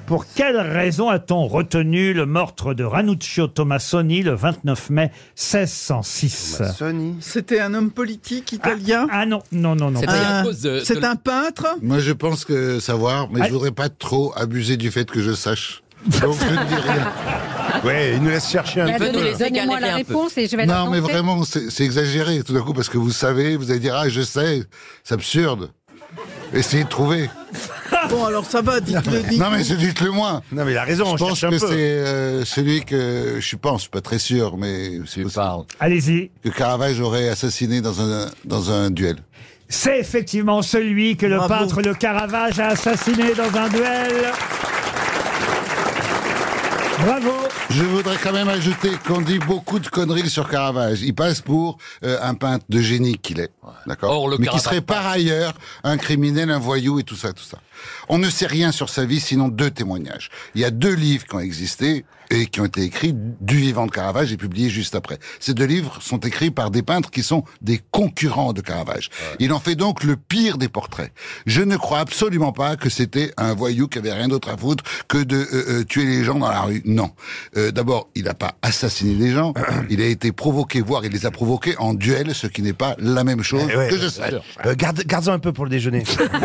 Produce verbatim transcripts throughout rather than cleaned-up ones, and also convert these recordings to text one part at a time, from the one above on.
Pour quelle raison a-t-on retenu le meurtre de Ranuccio Tomassoni le vingt-neuf mai seize cent six? Tomassoni. C'était un homme politique italien. Ah, ah non, non, non, non. C'était à Un- cause de- C'est de- un peintre. Moi, je pense que savoir, mais Ah. je voudrais pas trop abuser du fait que je sache. Donc, je ne dis rien. Ouais, il nous laisse chercher un Il peu. peut nous laisser Donnez-moi galérer la un peu. réponse et je vais la Non, mais tenter. vraiment, c'est c'est exagéré tout d'un coup, parce que vous savez, vous allez dire, ah, je sais, c'est absurde. Essayez de trouver. Bon, alors ça va, dites-le. dites-le. Non, mais c'est- dites-le moi. Non, mais il a raison, on Je pense cherche que un c'est peu. euh, celui que, je pense, pas très sûr, mais c'est Tu possible, parles. Allez-y. que Caravage aurait assassiné dans un, dans un duel. C'est effectivement celui que le Bravo. peintre Le Caravage a assassiné dans un duel. Bravo. Je voudrais quand même ajouter qu'on dit beaucoup de conneries sur Caravage. Il passe pour euh, un peintre de génie qu'il est, d'accord, Or, le mais qui Caravage serait par ailleurs un criminel, un voyou et tout ça, tout ça. On ne sait rien sur sa vie, sinon deux témoignages. Il y a deux livres qui ont existé et qui ont été écrits du vivant de Caravage et publiés juste après. Ces deux livres sont écrits par des peintres qui sont des concurrents de Caravage. Il en fait donc le pire des portraits. Je ne crois absolument pas que c'était un voyou qui avait rien d'autre à foutre que de euh, euh, tuer les gens dans la rue. Non. Euh, D'abord, il n'a pas assassiné les gens. Il a été provoqué, voire il les a provoqués en duel, ce qui n'est pas la même chose Eh ouais, que je bien sais. sûr. Euh, garde, garde-en un peu pour le déjeuner.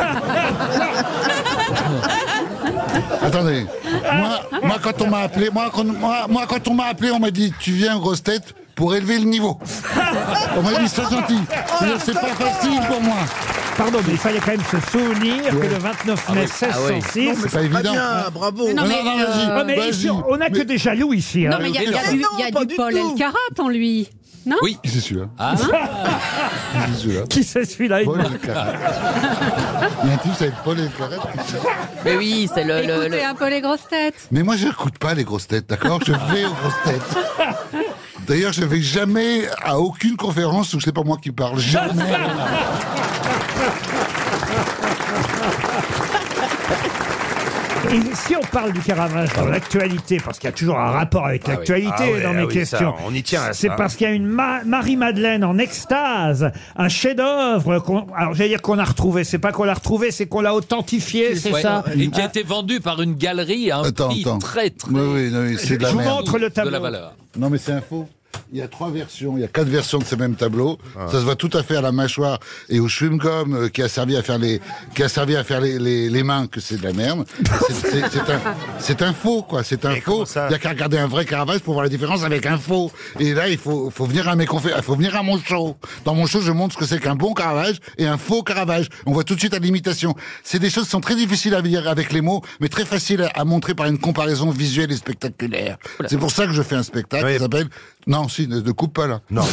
Attendez. Moi, moi, quand on m'a appelé, moi, quand, moi, moi, quand on m'a appelé, on m'a dit, tu viens grosse tête pour élever le niveau. On m'a dit, c'est gentil. C'est- C'est pas facile pour moi. Pardon, mais il fallait quand même se souvenir que le vingt-neuf mai Ah oui. seize cent six... Non, mais C'est pas c'est pas évident. bien, bravo. Non, mais, non, vas-y. euh, Ah, mais Vas-y. ici, on n'a que Mais- des jaloux ici. hein. Non, mais il y a, il y a Mais du, non, il y a pas du du Paul tout. Elkarat en lui. Non Oui. Qui c'est celui-là Hein Qui c'est celui-là Qui c'est celui-là il Paul demande. Elkarat. Il y a un type avec Paul Elkarat. Mais oui, c'est le, le, Écoutez le- un peu les grosses têtes. Mais moi, je n'écoute pas les grosses têtes, d'accord? Je vais aux grosses têtes. D'ailleurs, je vais jamais à aucune conférence où c'est pas moi qui parle. Jamais. Et si on parle du Caravage dans l'actualité, parce qu'il y a toujours un rapport avec l'actualité Ah ouais, dans ah mes oui, questions, ça, on y tient à c'est ça. parce qu'il y a une Ma- Marie-Madeleine en extase, un chef-d'œuvre. qu'on- Alors j'allais dire qu'on a retrouvé, c'est pas qu'on l'a retrouvé, c'est qu'on l'a authentifié, c'est Ouais. ça. Et qui a été vendu par une galerie à un Attends, prix attends. très très Oui, oui, non, oui, c'est de la Je vous merde. montre le de la tableau. valeur. Non, mais c'est un faux. Il y a trois versions, il y a quatre versions de ce même tableau. Ça se voit tout à fait à la mâchoire et au chewing-gum euh, qui a servi à faire les, qui a servi à faire les, les, les mains que c'est de la merde. C'est- C'est c'est un, c'est un faux, quoi. C'est un Mais faux. comment ça Il y a qu'à regarder un vrai Caravage pour voir la différence avec un faux. Et là, il faut, faut venir à mes conférences, il faut venir à mon show. Dans mon show, je montre ce que c'est qu'un bon Caravage et un faux Caravage. On voit tout de suite à l'imitation. C'est des choses qui sont très difficiles à dire avec les mots, mais très faciles à, à montrer par une comparaison visuelle et spectaculaire. C'est pour ça que je fais un spectacle Oui. qui s'appelle, non, si, ne, ne coupe pas là. Non.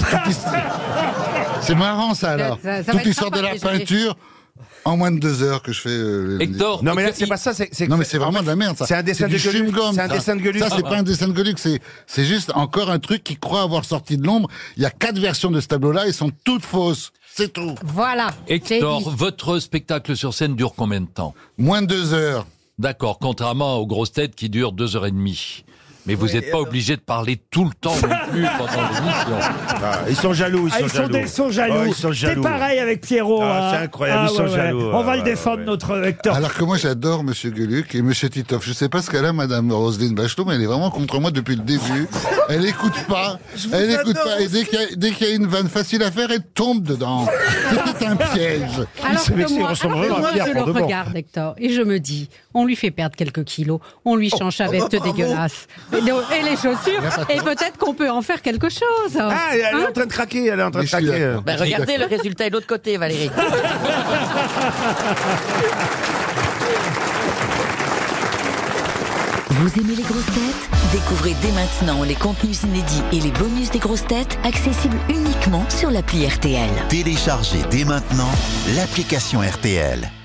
C'est marrant ça alors. Ça- ça va Toute être l'histoire de sympa, la désolé. peinture en moins de deux heures que je fais. euh, les- Hector, Non, mais là, il- c'est pas ça. c'est- c'est- Non mais c'est vraiment de la merde ça. C'est un dessin du de Gueuluc. chewing-gum, C'est un ça. dessin de Gueuluc. Ça c'est pas un dessin de Gueuluc, c'est c'est juste encore un truc qui croit avoir sorti de l'ombre. Il y a quatre versions de ce tableau-là, ils sont toutes fausses. C'est tout. Voilà. j'ai Hector, dit. votre spectacle sur scène dure combien de temps? Moins de deux heures. D'accord, contrairement aux grosses têtes qui durent deux heures et demie. Mais vous Oui, n'êtes pas alors- obligé de parler tout le temps non plus pendant l'émission. Ah, ils sont jaloux, ils Ah, sont ils sont, jaloux. des- sont jaloux. Oh, ils sont C'est jaloux. pareil avec Pierrot. Ah, hein. c'est incroyable, ils sont jaloux. On va Ah, le ouais, défendre, ouais. notre Hector. Alors que moi j'adore Monsieur Gueuluc et Monsieur Titoff. Je sais pas ce qu'elle a, Madame Roselyne Bachelot, mais elle est vraiment contre moi depuis le début. Elle écoute pas. Je vous Elle écoute adore pas. Et dès qu'il y, a- dès qu'il y a une vanne facile à faire, elle tombe dedans. C'était un piège. Alors C'est vrai que que c'est moi, ressemble alors que vraiment à moi, Pierre je le pour de bon. regarde, Hector, et je me dis, on lui fait perdre quelques kilos, on lui change sa oh, veste bah, bravo. dégueulasse, et, donc- et les chaussures, et peut-être qu'on peut en faire quelque chose. Ah, elle est Hein en train de craquer, elle est en train Mais de je suis craquer. d'accord. Ben, regardez, le résultat est de l'autre côté, Valérie. Vous aimez les grosses têtes? Découvrez dès maintenant les contenus inédits et les bonus des grosses têtes accessibles uniquement sur l'appli R T L. Téléchargez dès maintenant l'application R T L.